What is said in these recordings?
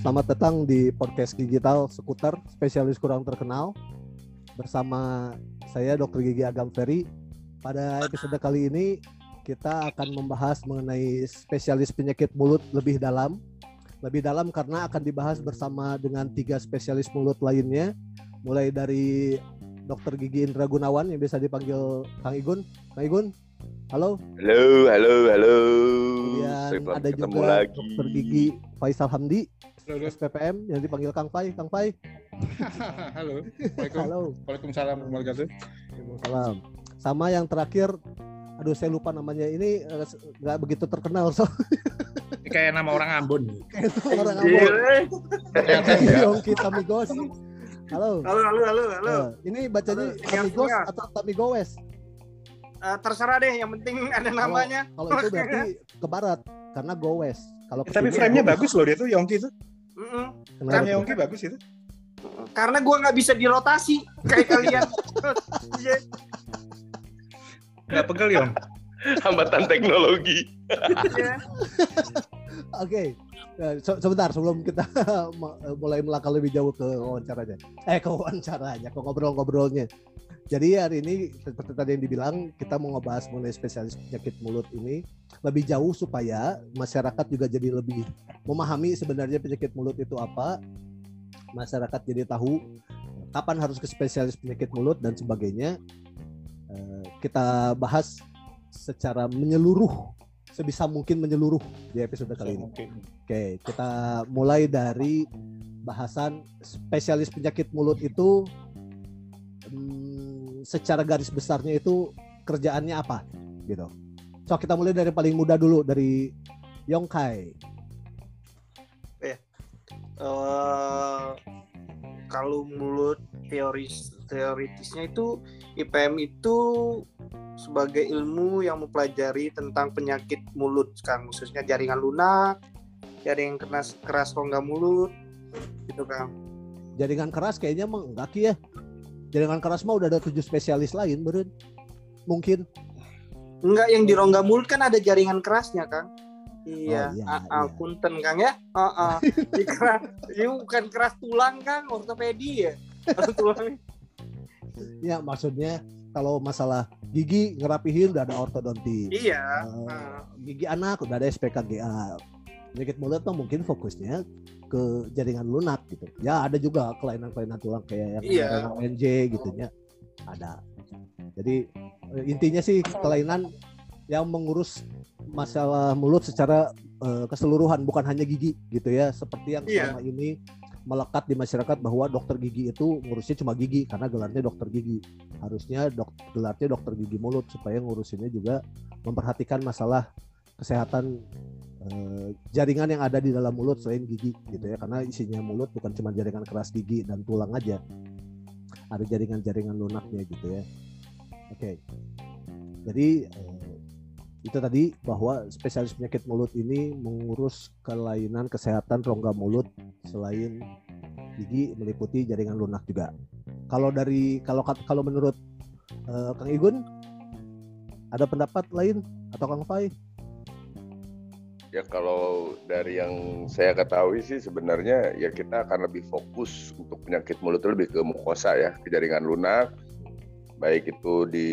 Selamat datang di podcast digital seputar spesialis kurang terkenal bersama saya Dr. Gigi Agam Ferry. Pada episode kali ini kita akan membahas mengenai spesialis penyakit mulut lebih dalam karena akan dibahas bersama dengan 3 spesialis mulut lainnya, mulai dari Dr. Gigi Indra Gunawan yang biasa dipanggil Kang Igun. Kang Igun, halo. Halo. Kemudian ada juga Dr. Gigi Faisal Hamdi, SPPM yang dipanggil Kang Pai. Kang Pai. Halo. Waalaikumsalam warahmatullahi wabarakatuh. Salam. Sama yang terakhir, aduh saya lupa namanya, ini nggak begitu terkenal so. Ini kayak nama orang Ambon. Kayak orang Ambon. Yongki Tamigos. Halo. Ini bacanya Tamigos atau Tamigowes? Terserah deh, yang penting ada namanya. Kalau itu berarti ke barat karena Gowes. Kalau tapi frame-nya bagus loh dia tuh, Yongki tuh. Karena Yongki bagus itu. Karena gua nggak bisa dirotasi kayak kalian. Nggak pegel, Yong. Hambatan teknologi. Oke. Sebentar sebelum kita mulai melangkah lebih jauh ke wawancaranya, ke ngobrolnya. Jadi hari ini seperti tadi yang dibilang, kita mau ngebahas mengenai spesialis penyakit mulut ini lebih jauh supaya masyarakat juga jadi lebih memahami sebenarnya penyakit mulut itu apa. Masyarakat jadi tahu kapan harus ke spesialis penyakit mulut dan sebagainya. Kita bahas secara menyeluruh, sebisa mungkin menyeluruh di episode kali ini. Oke, kita mulai dari bahasan spesialis penyakit mulut itu. Secara garis besarnya itu kerjaannya apa gitu. So kita mulai dari paling muda dulu, dari Yongkai. Kalau mulut teoritisnya itu IPM itu sebagai ilmu yang mempelajari tentang penyakit mulut kan, khususnya jaringan lunak, jaringan keras rongga mulut gitu kan. Jaringan keras kayaknya mah enggak ya. Jaringan keras mah udah ada 7 spesialis lain beren. Mungkin. Enggak, yang di rongga mulut kan ada jaringan kerasnya, Kang. Iya, punten Kang ya. Ini bukan keras tulang, Kang, ortopedi ya. Tulang. Ya, maksudnya kalau masalah gigi ngerapihin udah ada ortodonti. Iya. Gigi anak udah ada SPKGA. Penyakit mulut mah mungkin fokusnya ke jaringan lunak gitu. Ya ada juga kelainan-kelainan tulang kayak yang NJ gitu ya. Ada. Jadi intinya sih kelainan yang mengurus masalah mulut secara keseluruhan, bukan hanya gigi gitu ya. Seperti yang selama ini melekat di masyarakat bahwa dokter gigi itu ngurusnya cuma gigi karena gelarnya dokter gigi. Harusnya gelarnya dokter gigi mulut supaya ngurusinnya juga memperhatikan masalah kesehatan jaringan yang ada di dalam mulut selain gigi gitu ya, karena isinya mulut bukan cuma jaringan keras gigi dan tulang aja, ada jaringan-jaringan lunaknya gitu ya. Oke. Jadi itu tadi bahwa spesialis penyakit mulut ini mengurus kelainan kesehatan rongga mulut selain gigi, meliputi jaringan lunak juga. Kalau menurut Kang Igun ada pendapat lain atau Kang Fai? Ya kalau dari yang saya ketahui sih sebenarnya ya kita akan lebih fokus untuk penyakit mulut itu lebih ke mukosa ya, ke jaringan lunak, baik itu di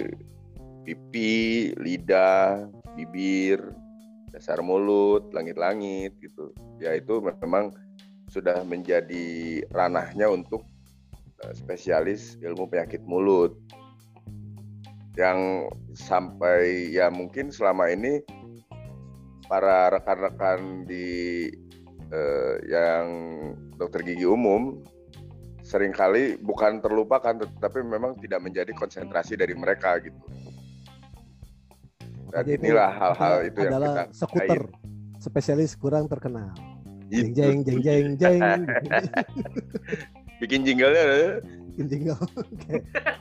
pipi, lidah, bibir, dasar mulut, langit-langit gitu. Ya itu memang sudah menjadi ranahnya untuk spesialis ilmu penyakit mulut. Yang sampai ya mungkin selama ini para rekan-rekan di yang dokter gigi umum seringkali bukan terlupakan, tetapi memang tidak menjadi konsentrasi dari mereka gitu. Dan inilah hal-hal itu yang kita sekuter spesialis kurang terkenal. Gitu. Jeng. Bikin jinglenya. Bikin jingle. Okay.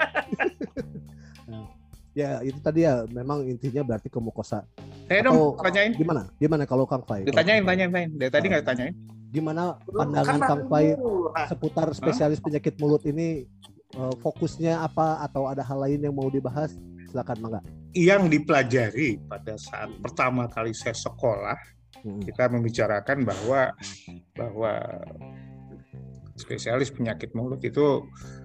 Ya itu tadi ya, memang intinya berarti ke mukosa. Dong, tanyain. Gimana kalau Kang Fai? Ditanyain. Dari tadi nggak ditanyain. Gimana pandangan Kang Fai seputar spesialis penyakit mulut ini? Fokusnya apa atau ada hal lain yang mau dibahas? Silakan Mangga. Yang dipelajari pada saat pertama kali saya sekolah, kita membicarakan bahwa bahwa spesialis penyakit mulut itu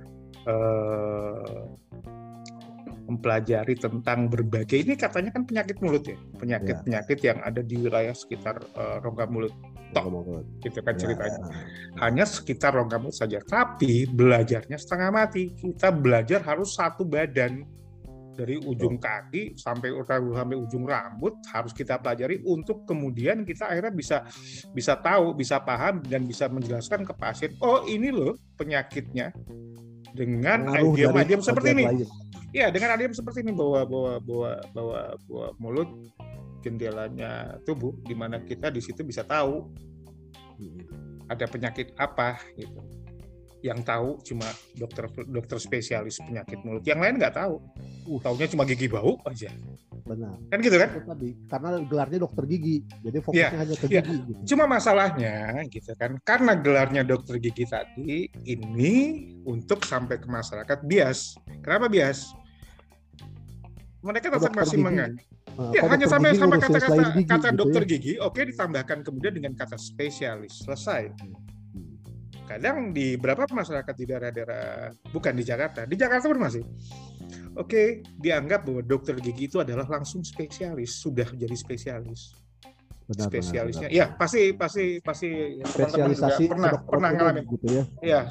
mempelajari tentang berbagai, ini katanya kan penyakit mulut ya, penyakit yang ada di wilayah sekitar rongga mulut, gitu kan ceritanya. Hanya sekitar rongga mulut saja, tapi belajarnya setengah mati. Kita belajar harus satu badan, dari ujung kaki sampai ujung rambut harus kita pelajari untuk kemudian kita akhirnya bisa tahu, bisa paham dan bisa menjelaskan ke pasien, oh ini loh penyakitnya dengan idiom seperti ini. Ya, dengan idiom seperti ini, bahwa mulut jendelanya tubuh, di mana kita di situ bisa tahu ada penyakit apa gitu. Yang tahu cuma dokter spesialis penyakit mulut, yang lain nggak tahu. Taunya cuma gigi bau aja. Benar. Kan gitu kan? Tadi, karena gelarnya dokter gigi, jadi fokusnya hanya ke gigi. Gitu. Cuma masalahnya, gitu kan? Karena gelarnya dokter gigi tadi ini untuk sampai ke masyarakat bias. Kenapa bias? Mereka tetap masih menganggap. Ya, hanya sampai kata dokter gigi, oke, ditambahkan kemudian dengan kata spesialis, selesai. Kadang di beberapa masyarakat di daerah-daerah, bukan di Jakarta pun masih, oke, dianggap bahwa dokter gigi itu adalah langsung spesialis, sudah jadi spesialis. Spesialisnya, ya pasti spesialisasi teman-teman juga pernah ngalamin gitu ya.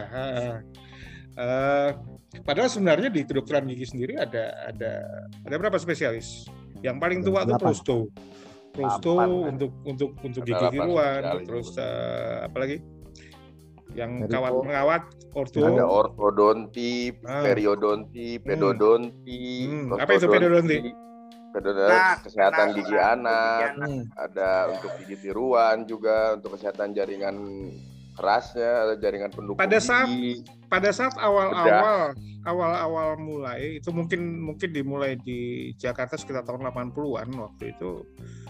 Padahal sebenarnya di kedokteran gigi sendiri ada berapa spesialis? Yang paling tua itu prosto untuk gigi tiruan, terus apalagi yang kawat-mengawat, ada ortodonti, periodonti, pedodonti. Apa itu pedodonti? Kesehatan gigi anak, ada untuk gigi tiruan juga, untuk kesehatan jaringan kerasnya, ada jaringan pendukung gigi. Pada saat awal mulai, itu mungkin dimulai di Jakarta sekitar tahun 80-an waktu itu,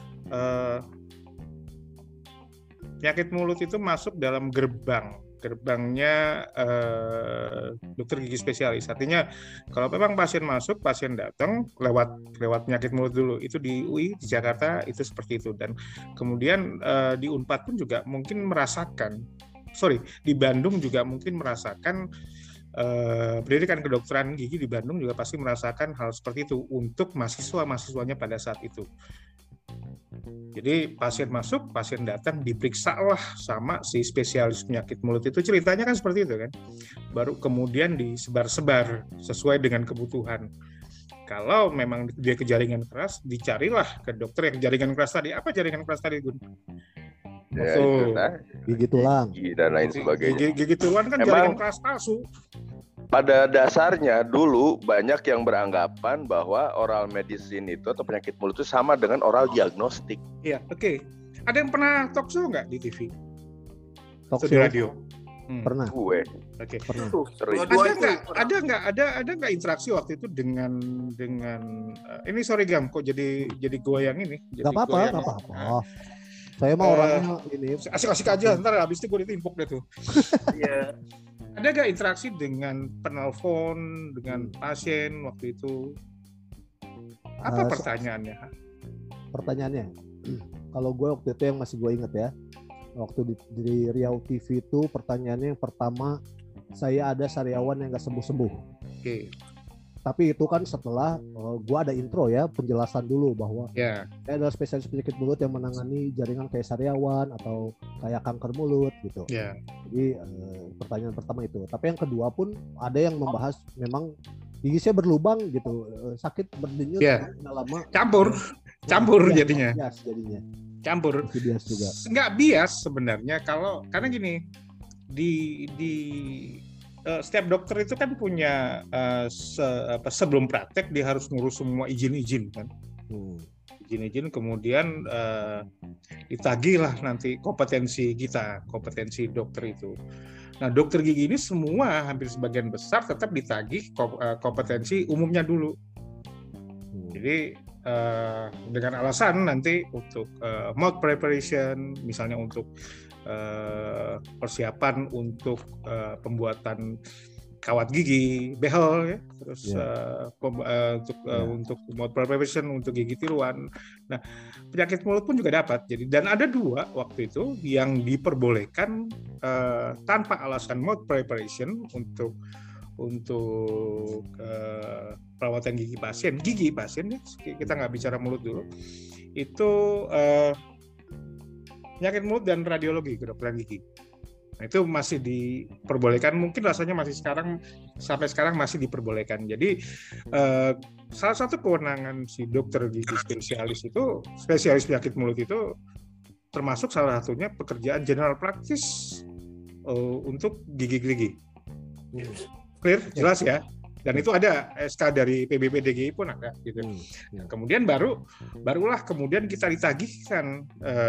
penyakit mulut itu masuk dalam gerbangnya dokter gigi spesialis. Artinya kalau memang pasien datang lewat penyakit mulut dulu, itu di UI di Jakarta itu seperti itu, dan kemudian di Unpad pun juga mungkin di Bandung juga mungkin merasakan, pendidikan kedokteran gigi di Bandung juga pasti merasakan hal seperti itu untuk mahasiswanya pada saat itu. Jadi pasien datang, diperiksa lah sama si spesialis penyakit mulut itu, ceritanya kan seperti itu kan. Baru kemudian disebar-sebar sesuai dengan kebutuhan. Kalau memang dia ke jaringan keras, dicarilah ke dokter yang jaringan keras tadi. Apa jaringan keras tadi, Gun? Gigi tulang. Gigi dan lain sebagainya. Gigi tulang kan jaringan keras palsu. Pada dasarnya dulu banyak yang beranggapan bahwa oral medicine itu atau penyakit mulut itu sama dengan oral diagnostik. Iya, oke. Ada yang pernah talk show nggak di TV? Talk show di radio? Pernah. Gue. Oke. Pernah. Ada nggak interaksi waktu itu dengan ini sorry Gam, kok jadi gue yang ini? Gak apa-apa. Saya mah orangnya ini asik-asik aja, ntar habis itu gue ditimpuk deh tuh. Iya. Ada nggak interaksi dengan penelpon, dengan pasien waktu itu? Apa pertanyaannya? Pertanyaannya, kalau gue waktu itu yang masih gue inget ya, waktu di Riau TV itu pertanyaannya yang pertama, saya ada sariawan yang nggak sembuh-sembuh. Oke. Tapi itu kan setelah gue ada intro ya, penjelasan dulu bahwa saya adalah spesialis penyakit mulut yang menangani jaringan kayak sariawan atau kayak kanker mulut gitu. Jadi pertanyaan pertama itu. Tapi yang kedua pun ada yang membahas memang gigi saya berlubang gitu, sakit berdenyut lama. Campur jadinya. Bias jadinya. Campur. Bias juga. Nggak bias sebenarnya karena gini, di setiap dokter itu kan punya sebelum praktek dia harus ngurus semua izin kan, izin kemudian ditagih lah nanti kompetensi dokter itu. Nah dokter gigi ini semua hampir sebagian besar tetap ditagih kompetensi umumnya dulu. Jadi dengan alasan nanti untuk mouth preparation, misalnya untuk persiapan untuk pembuatan kawat gigi, behel ya, terus untuk mouth preparation, untuk gigi tiruan. Nah, penyakit mulut pun juga dapat. Jadi dan ada 2 waktu itu yang diperbolehkan tanpa alasan mouth preparation untuk perawatan gigi pasien ya, kita nggak bicara mulut dulu. Itu penyakit mulut dan radiologi, kedokteran gigi. Nah, itu masih diperbolehkan, mungkin rasanya sampai sekarang masih diperbolehkan. Jadi salah satu kewenangan si dokter gigi spesialis penyakit mulut itu termasuk salah satunya pekerjaan general practice untuk gigi. Clear, jelas ya. Dan itu ada SK dari PBPDGI pun ada gitu. Kemudian barulah kemudian kita ditagihkan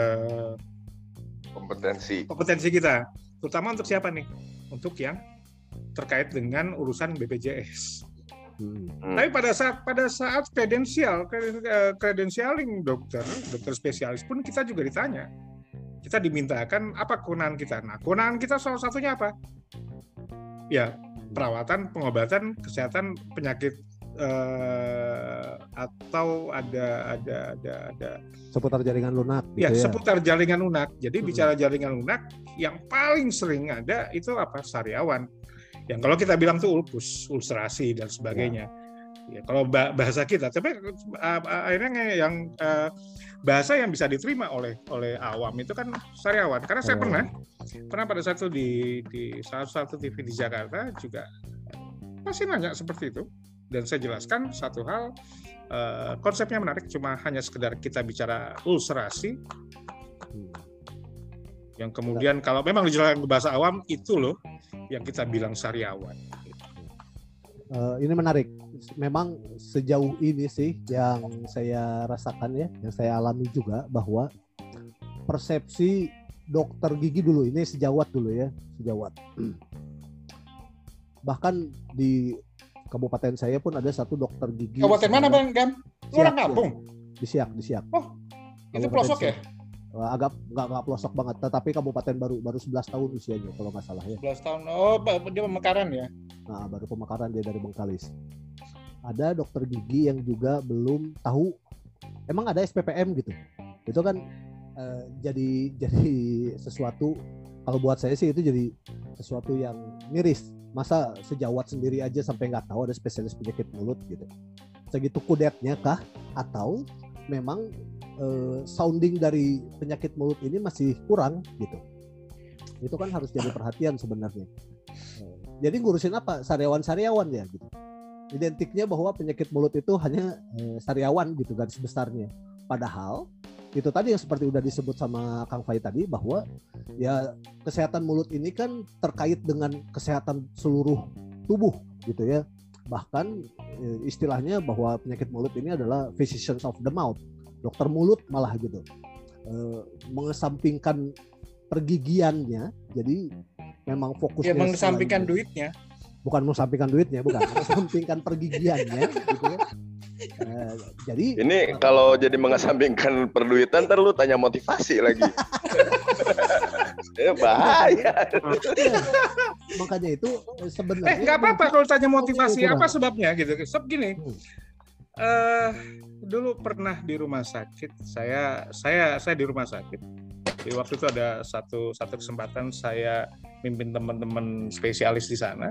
kompetensi kita. Terutama untuk siapa nih? Untuk yang terkait dengan urusan BPJS. Tapi pada saat credentialing dokter spesialis pun kita juga ditanya. Kita dimintakan apa kewenangan kita. Nah, kewenangan kita salah satunya apa? Ya, perawatan, pengobatan, kesehatan penyakit atau ada seputar jaringan lunak gitu ya. Seputar jaringan lunak. Jadi bicara jaringan lunak yang paling sering ada itu apa? Sariawan. Yang kalau kita bilang tuh ulcerasi dan sebagainya. Ya, kalau bahasa kita, tapi akhirnya yang bahasa yang bisa diterima oleh awam itu kan sariawan. Karena saya pernah pada satu di salah satu TV di Jakarta juga masih nanya seperti itu. Dan saya jelaskan satu hal, konsepnya menarik, cuma hanya sekedar kita bicara ulcerasi, yang kemudian kalau memang dijelaskan ke bahasa awam, itu loh yang kita bilang sariawan. Ini menarik, memang sejauh ini sih yang saya rasakan ya, yang saya alami juga, bahwa persepsi dokter gigi dulu, ini sejawat dulu ya, bahkan di kabupaten saya pun ada satu dokter gigi. Kabupaten mana Bang Gam? Orang kampung? Di Siak. Oh, itu pelosok ya? Agak nggak pelosok banget, tetapi kabupaten baru 11 tahun usianya kalau nggak salah ya. 11 tahun. Oh, dia Pemekaran ya? Nah, baru Pemekaran, dia dari Bengkalis. Ada dokter gigi yang juga belum tahu emang ada SPPM gitu. Itu kan jadi sesuatu, kalau buat saya sih itu jadi sesuatu yang miris. Masa sejawat sendiri aja sampai nggak tahu ada spesialis penyakit mulut gitu. Segitu kudetnya kah? Atau memang sounding dari penyakit mulut ini masih kurang gitu? Itu kan harus jadi perhatian sebenarnya. Jadi ngurusin apa? Sariawan ya gitu. Identiknya bahwa penyakit mulut itu hanya sariawan gitu garis besarnya. Padahal itu tadi yang seperti udah disebut sama Kang Fai tadi, bahwa ya kesehatan mulut ini kan terkait dengan kesehatan seluruh tubuh gitu ya. Bahkan istilahnya bahwa penyakit mulut ini adalah physicians of the mouth, dokter mulut malah gitu. Mengesampingkan pergigiannya, jadi memang fokusnya mengesampingkan duitnya. Bukan mengesampingkan duitnya, bukan mengesampingkan pergigiannya gitu ya. Jadi ini kalau jadi mengesampingkan perduitan, ntar lu tanya motivasi lagi. Bahaya. Makanya itu sebenarnya nggak apa-apa kalau tanya motivasi apa sebabnya gitu. Sebab gini, dulu pernah di rumah sakit, saya di rumah sakit. Di waktu itu ada satu kesempatan saya mimpin teman-teman spesialis di sana.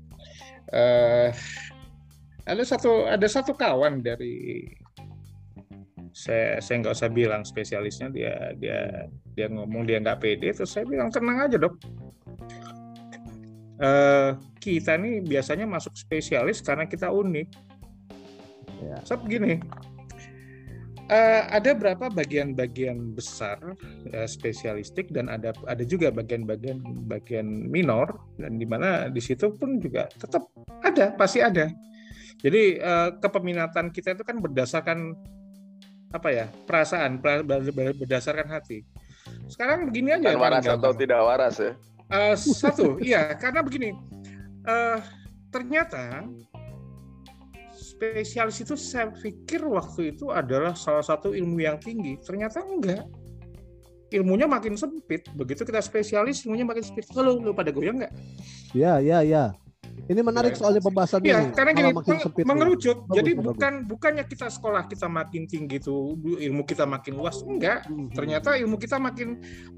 Ada satu kawan dari saya nggak usah bilang spesialisnya, dia ngomong dia nggak pede, terus saya bilang tenang aja dok, kita nih biasanya masuk spesialis karena kita unik. Sebab gini, ada berapa bagian-bagian besar spesialistik dan ada juga bagian bagian minor, dan di mana di situ pun juga tetap pasti ada. Jadi kepeminatan kita itu kan berdasarkan apa ya, perasaan, berdasarkan hati. Sekarang begini aja. Waras atau tidak waras ya? Iya, karena begini, ternyata spesialis itu saya pikir waktu itu adalah salah satu ilmu yang tinggi. Ternyata enggak. Ilmunya makin sempit. Begitu kita spesialis, ilmunya makin sempit. Lu pada goyang nggak? Iya. Ini menarik soalnya pembahasan ini. Karena gini, mengerucut. Bagus, jadi bukannya kita sekolah kita makin tinggi tuh ilmu kita makin luas, enggak. Ternyata ilmu kita makin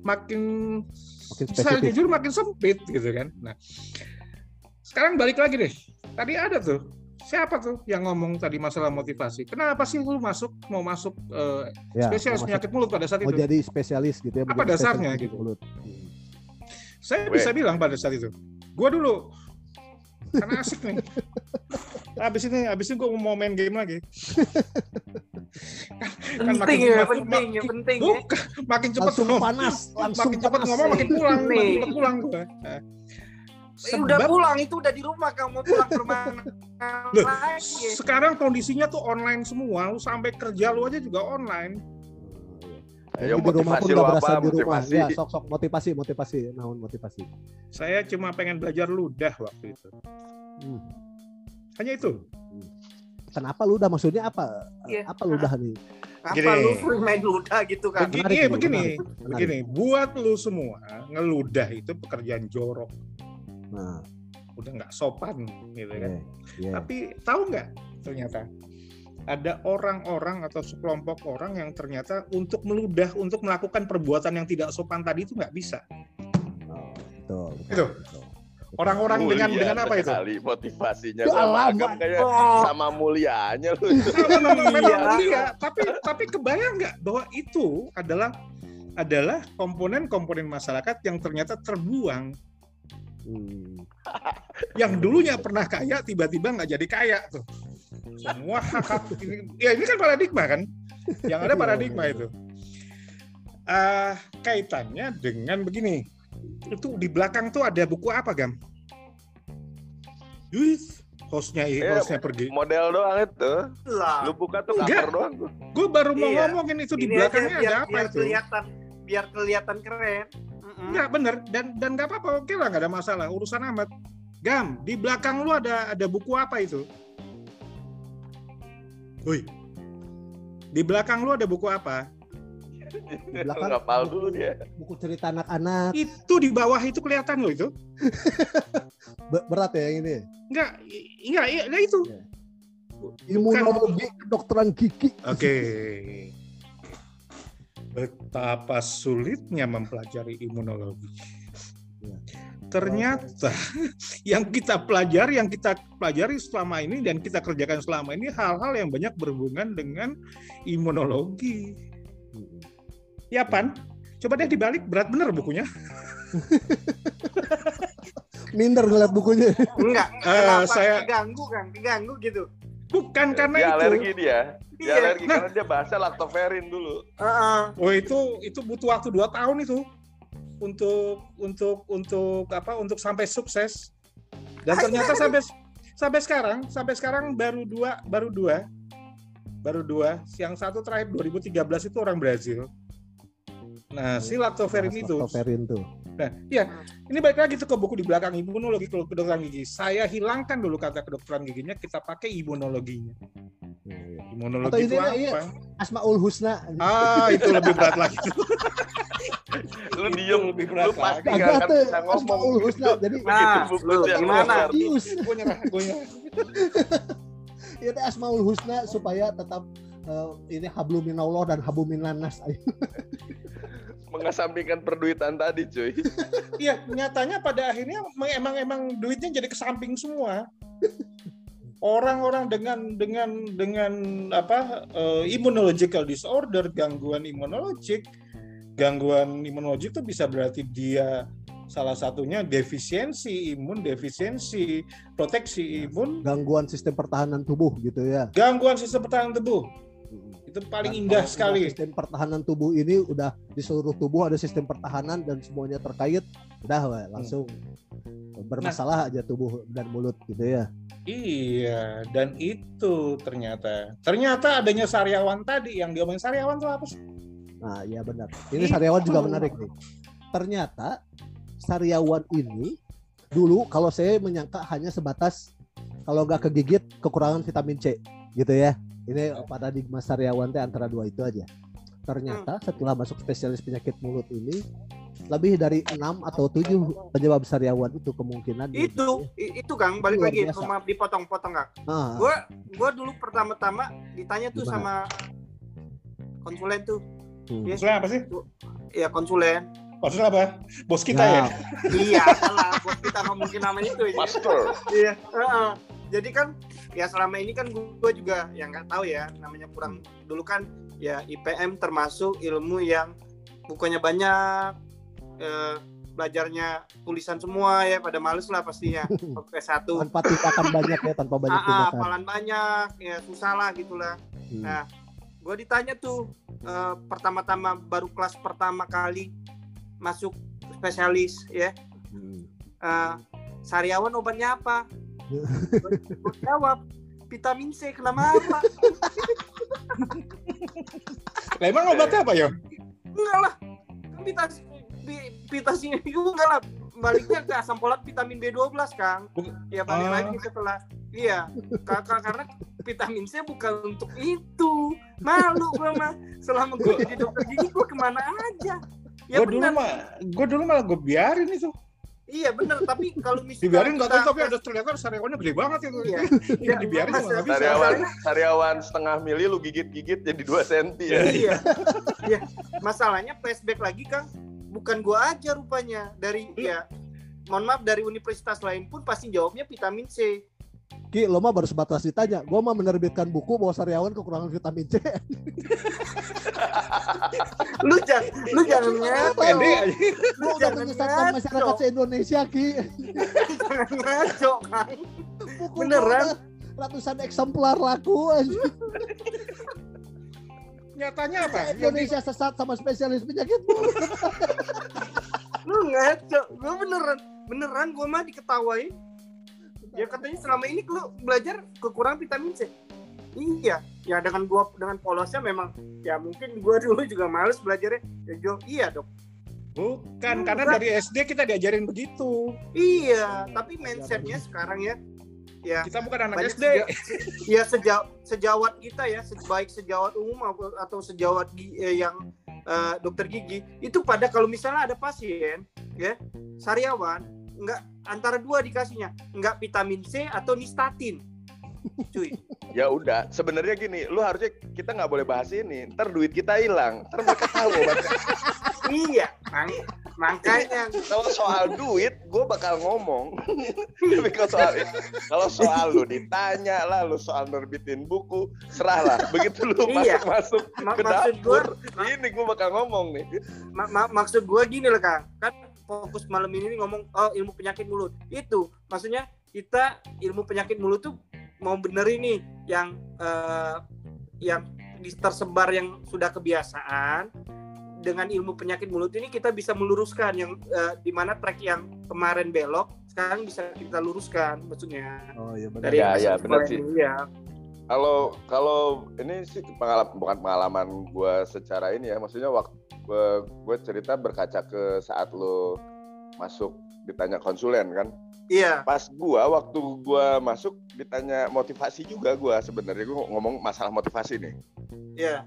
saya jujur makin sempit gitu kan. Nah, sekarang balik lagi deh. Tadi ada tuh siapa tuh yang ngomong tadi masalah motivasi? Kenapa sih lu mau masuk spesialis penyakit mulut pada saat itu? Mau jadi spesialis gitu ya? Apa dasarnya gitu? Saya bisa bilang pada saat itu, gue dulu karena asik nih. Habis ini gue mau main game lagi. Penting ya. Makin cepat panas, makin cepat ngomong makin pulang gue. Udah pulang itu udah di rumah, kamu mau pulang ke rumah lagi. Sekarang kondisinya tuh online semua, lu sampai kerja lu aja juga online. Ayo motivasi lu apa? Motivasi. Ya, sok motivasi. Naon motivasi. Saya cuma pengen belajar ludah waktu itu. Hanya itu. Kenapa ludah? Maksudnya apa? Apa ludah nih? Apa lu main ludah gitu kan? Begini. Buat lu semua, ngeludah itu pekerjaan jorok. Nah, udah nggak sopan gitu kan. Tapi tahu nggak ternyata ada orang-orang atau sekelompok orang yang ternyata untuk meludah, untuk melakukan perbuatan yang tidak sopan tadi itu nggak bisa. Betul. Orang-orang dengan apa itu? Motivasinya sama Agam kayak sama mulianya lu. Iya, tapi kebayang nggak bahwa itu adalah komponen masyarakat yang ternyata terbuang. Yang dulunya pernah kaya tiba-tiba nggak jadi kaya tuh. Semua hak ini kan paradigma kan, yang ada paradigma itu. Kaitannya dengan begini, itu di belakang tuh ada buku apa Gam? Hostnya pergi. Model doang itu. Lu buka tuh cover doang tuh. Gue baru mau ngomongin itu di belakangnya ada apa itu? Biar kelihatan keren. Enggak bener dan nggak apa-apa, oke lah, nggak ada masalah, urusan amat. Gam, di belakang lu ada buku apa itu? Woi, di belakang lu ada buku apa? Di belakang ngapal dulu dia. Buku cerita anak-anak. Itu di bawah itu kelihatan lo itu. Berat ya yang ini? Enggak itu. Imunologi kedokteran gigi. Oke. Betapa sulitnya mempelajari imunologi. Ternyata yang kita pelajari selama ini dan kita kerjakan selama ini hal-hal yang banyak berhubungan dengan imunologi. Ya Pan, coba deh dibalik, berat bener bukunya. Minder ngeliat bukunya. Enggak, saya keganggu gitu. Bukan karena dia itu. Alergi dia alergi karena dia bahasa laktoferin dulu. Oh itu butuh waktu 2 tahun itu. Untuk sampai sukses, dan ternyata sampai sekarang baru dua, yang satu terakhir 2013 itu orang Brazil. Nah, si laktoferin itu. Nah, ya, ini balik lagi tuh ke buku di belakang imunologi kedokteran gigi. Saya hilangkan dulu kata kedokteran giginya, kita pakai imunologinya. Imunologi itu apa? Asmaul Husna. Itu lebih berat lagi. Lu diem, lu pasti nggak akan bisa ngomong. Asmaul Husna. Jadi lu gimana? Gue nyerah. Ya Asmaul Husna supaya tetap ini hablum minallah dan hablum minannas. Mengesampingkan perduitan tadi, cuy. Iya, nyatanya pada akhirnya emang duitnya jadi kesamping semua. Orang-orang dengan immunological disorder, gangguan imunologi itu bisa berarti dia salah satunya defisiensi proteksi imun, gangguan sistem pertahanan tubuh gitu ya. Gangguan sistem pertahanan tubuh. Itu paling indah sekali. Sistem pertahanan tubuh ini udah di seluruh tubuh ada sistem pertahanan dan semuanya terkait, udah langsung bermasalah aja tubuh dan mulut gitu ya. Iya, dan itu ternyata adanya sariawan tadi, yang diomongin sariawan itu apa sih? Nah, iya benar. Ini sariawan juga menarik nih. Ternyata sariawan ini dulu kalau saya menyangka hanya sebatas kalau nggak kegigit kekurangan vitamin C gitu ya. Ini paradigma sariawan antara dua itu aja. Ternyata setelah masuk spesialis penyakit mulut ini lebih dari 6 atau 7 penyebab sariawan itu kemungkinan. Itu Kang, balik lagi, maaf dipotong-potong Kang. Gua dulu pertama-tama ditanya tuh sama konsulen tuh. Konsulen apa sih? Iya, konsulen. Konsulen apa? Bos kita ya? Iya, salah. Bos kita nggak mungkin namanya itu. Master. Iya. Jadi kan ya selama ini kan gue juga yang nggak tahu ya, namanya kurang dulu kan ya IPM termasuk ilmu yang bukannya banyak, belajarnya tulisan semua ya, pada males lah pastinya. S1 tanpa tindakan banyak ya, tanpa banyak tindakan. hafalan banyak ya, susah lah gitulah. Nah, gue ditanya tuh pertama-tama baru kelas pertama kali masuk spesialis ya, sariawan obatnya apa? Gue jawab vitamin C. Kenapa? Lah emang obatnya apa ya? Enggak lah, vitamin itu enggak lah, baliknya ke asam folat vitamin B12 Kang. Ya balik lagi setelah karena vitamin C bukan untuk itu. Malu gue mah, selama gue jadi dokter gigi gue kemana aja. Ya gue dulu malah gue biarin itu. Iya benar, tapi kalau misalnya dibiarin nggak tahu, tapi ada ternyata sariawannya gede banget itu. Iya, dibiarin nggak bisa. Sariawan setengah mili lu gigit-gigit jadi 2 cm ya. Iya. Masalahnya flashback lagi Kang, bukan gua aja rupanya, dari mohon maaf, dari universitas lain pun pasti jawabnya vitamin C. Ki, lo mah baru sebatas ditanya. Gua mah menerbitkan buku bahwa sariawan kekurangan vitamin C. Lu jangan ngaco. Lu udah menyesatkan masyarakat se-Indonesia, Ki. Jangan ngaco, Kang. Buku beneran ratusan eksemplar laku aja. Nyatanya apa? Indonesia sesat sama spesialis penyakit mulut. Lu ngaco. Gua beneran gua mah diketawain. Ya katanya selama ini lu belajar kekurangan vitamin C. Iya, ya dengan polosnya memang ya mungkin gua dulu juga males belajarnya. Ya iya, Dok. Bukan, karena dari SD kita diajarin begitu. Iya, tapi mindsetnya sekarang ya kita bukan anak SD. Ya sejawat kita ya, baik sejawat umum atau sejawat yang dokter gigi, itu pada kalau misalnya ada pasien ya, sariawan, enggak antara 2 dikasihnya, enggak vitamin C atau nistatin. Cuy. Ya udah, sebenarnya gini, lu harusnya kita nggak boleh bahas ini, ntar duit kita hilang, ntar mereka tahu obatnya. Iya, makanya kalau soal duit, gue bakal ngomong. Tapi kalau soal lu ditanya lah, lu soal nerbitin buku, serahlah. Begitu lu masuk ke dapur, ini gue bakal ngomong nih. Maksud gue gini lah Kang, kan fokus malam ini ngomong ilmu penyakit mulut. Itu maksudnya kita ilmu penyakit mulut tuh mau benerin nih yang tersebar yang sudah kebiasaan. Dengan ilmu penyakit mulut ini kita bisa meluruskan yang di mana track yang kemarin belok sekarang bisa kita luruskan, maksudnya. Oh iya benar. Ya benar sih. Ya. Kalau ini sih bukan pengalaman gue secara ini ya, maksudnya waktu gue cerita berkaca ke saat lo masuk ditanya konsulen kan. Iya. Pas waktu gue masuk ditanya motivasi juga, gue sebenarnya gue ngomong masalah motivasi nih. Iya.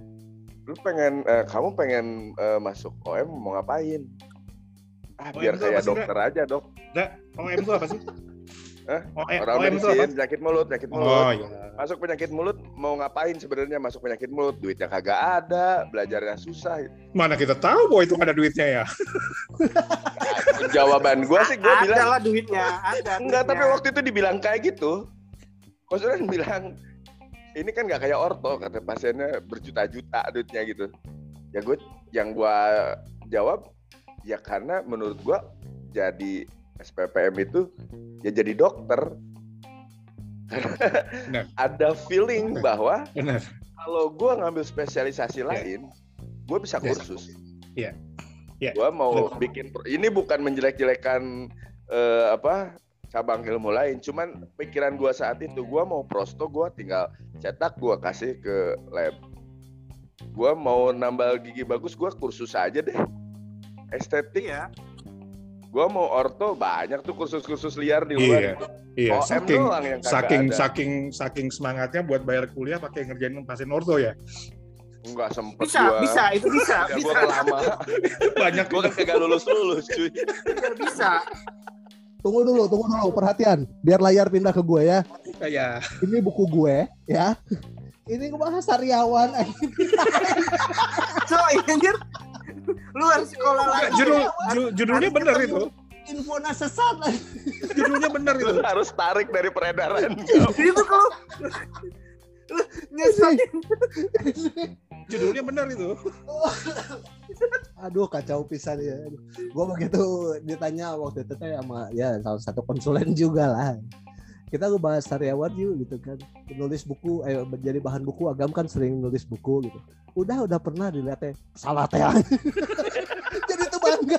Kamu pengen masuk OM mau ngapain? Biar kayak dokter aja, Dok. OM itu apa sih? Orang medicine, penyakit mulut. Oh, iya. Masuk penyakit mulut mau ngapain sebenarnya? Masuk penyakit mulut, duitnya kagak ada, belajarnya susah. Mana kita tahu bahwa itu ada duitnya ya? Jawaban gue sih, gue bilang ada lah duitnya, ada. Enggak, tapi waktu itu dibilang kayak gitu. Konsulen bilang, ini kan nggak kayak orto, kata pasiennya berjuta-juta duitnya gitu. Ya yang gue jawab, ya karena menurut gue jadi SPPM itu ya jadi dokter. Ada feeling bahwa kalau gue ngambil spesialisasi lain, gue bisa kursus. Iya. Gue mau bikin, ini bukan menjelek-jelekan cabang ilmu lain, cuman pikiran gue saat itu, gue mau prosto, gue tinggal cetak, gue kasih ke lab. Gue mau nambal gigi bagus, gue kursus aja deh. Estetik ya. Gue mau orto, banyak tuh kursus-kursus liar di luar. Iya. Saking semangatnya buat bayar kuliah pakai ngerjain pasien orto ya. Enggak sempet Bisa, itu bisa. Ya, gua lama. Banyak Gua kan kagak lulus cuy. Bisa. Tunggu dulu, perhatian. Biar layar pindah ke gue ya. Kayak Ini buku gue ya. Ini ngebahas sariawan. So, anjir. Lu harus sekolah lagi. Judulnya benar itu. Info sesat. Judulnya benar itu. Lu harus tarik dari peredaran. Itu kalau nyeselin. Judulnya benar itu. Aduh kacau pisan ya. Gue begitu ditanya waktu itu sama ya salah satu konsulen juga lah. Kita ngebahas sariawan yuk gitu kan. Nulis buku, jadi bahan buku. Agam kan sering nulis buku gitu. Udah pernah dilihatnya. Salah teh. Jadi itu bangga.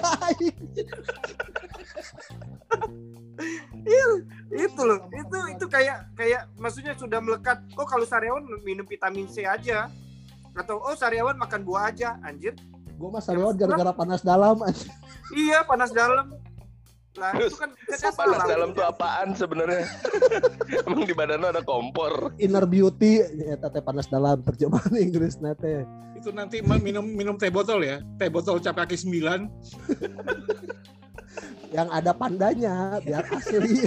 Itu loh. Itu kayak maksudnya sudah melekat. Oh kalau sariawan minum vitamin C aja. Atau sariawan makan buah aja, anjir. Gue mah sariawan gara-gara panas dalam. Iya, panas dalam. Lah, itu kan panas dalam tuh apaan sebenarnya? Emang di badan lo ada kompor. Inner beauty, eta teh panas dalam terjemahan Inggris nate. Itu nanti minum teh botol ya. Teh botol cap kaki 9. Yang ada pandanya biar asli.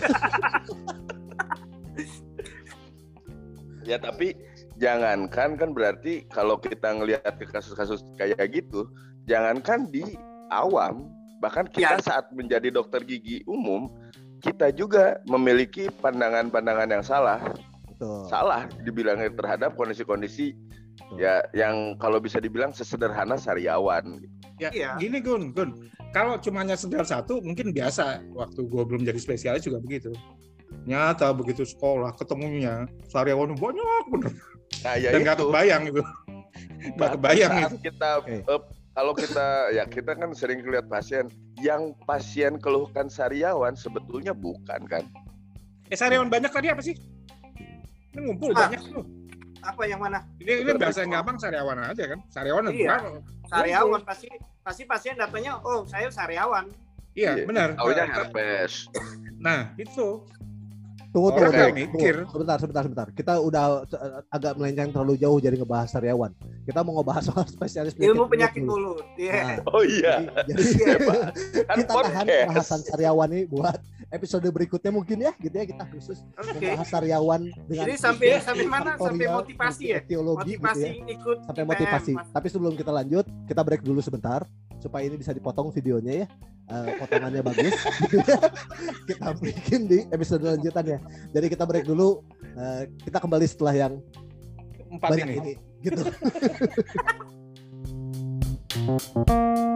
Ya tapi jangankan kan berarti kalau kita ngelihat ke kasus-kasus kayak gitu, jangankan di awam, bahkan kita saat menjadi dokter gigi umum, kita juga memiliki pandangan-pandangan yang salah. Betul. Salah dibilangnya terhadap kondisi-kondisi ya yang kalau bisa dibilang sesederhana sariawan. Ya, gini Gun. Kalau cuma sendal satu mungkin biasa. Waktu gue belum jadi spesialis juga begitu. Nyata begitu sekolah ketemunya sariawan banyak bener. Nah, ya dan nggak kebayang itu. Nggak kebayang itu. Kalau kita kan sering lihat pasien yang pasien keluhkan sariawan sebetulnya bukan kan? Sariawan banyak tadi apa sih? Ini ngumpul banyak tuh. Apa yang mana? Ini bahasa yang gampang sariawan aja kan? Sariawan iya. Sariawan pasti pasien datanya, oh saya sariawan. Iya, benar. Taunya herpes. Nah, itu. Tunggu. Mikir. Sebentar. Kita udah agak melenceng terlalu jauh jadi ngebahas sariawan. Kita mau ngebahas soal spesialis ilmu penyakit mulut. Iya. Nah, oh iya. Jadi kita tahan bahasan sariawan nih buat episode berikutnya mungkin ya, gitu ya kita khusus membahas sariawan dengan. Jadi sampai mana? Sampai motivasi ya. Teologi motivasi gitu ya. Ikut sampai motivasi. Tapi sebelum kita lanjut, kita break dulu sebentar supaya ini bisa dipotong videonya ya. Potongannya bagus gitu ya. Kita bikin di episode lanjutannya. Jadi kita break dulu, kita kembali setelah yang 4 banyak ini gitu.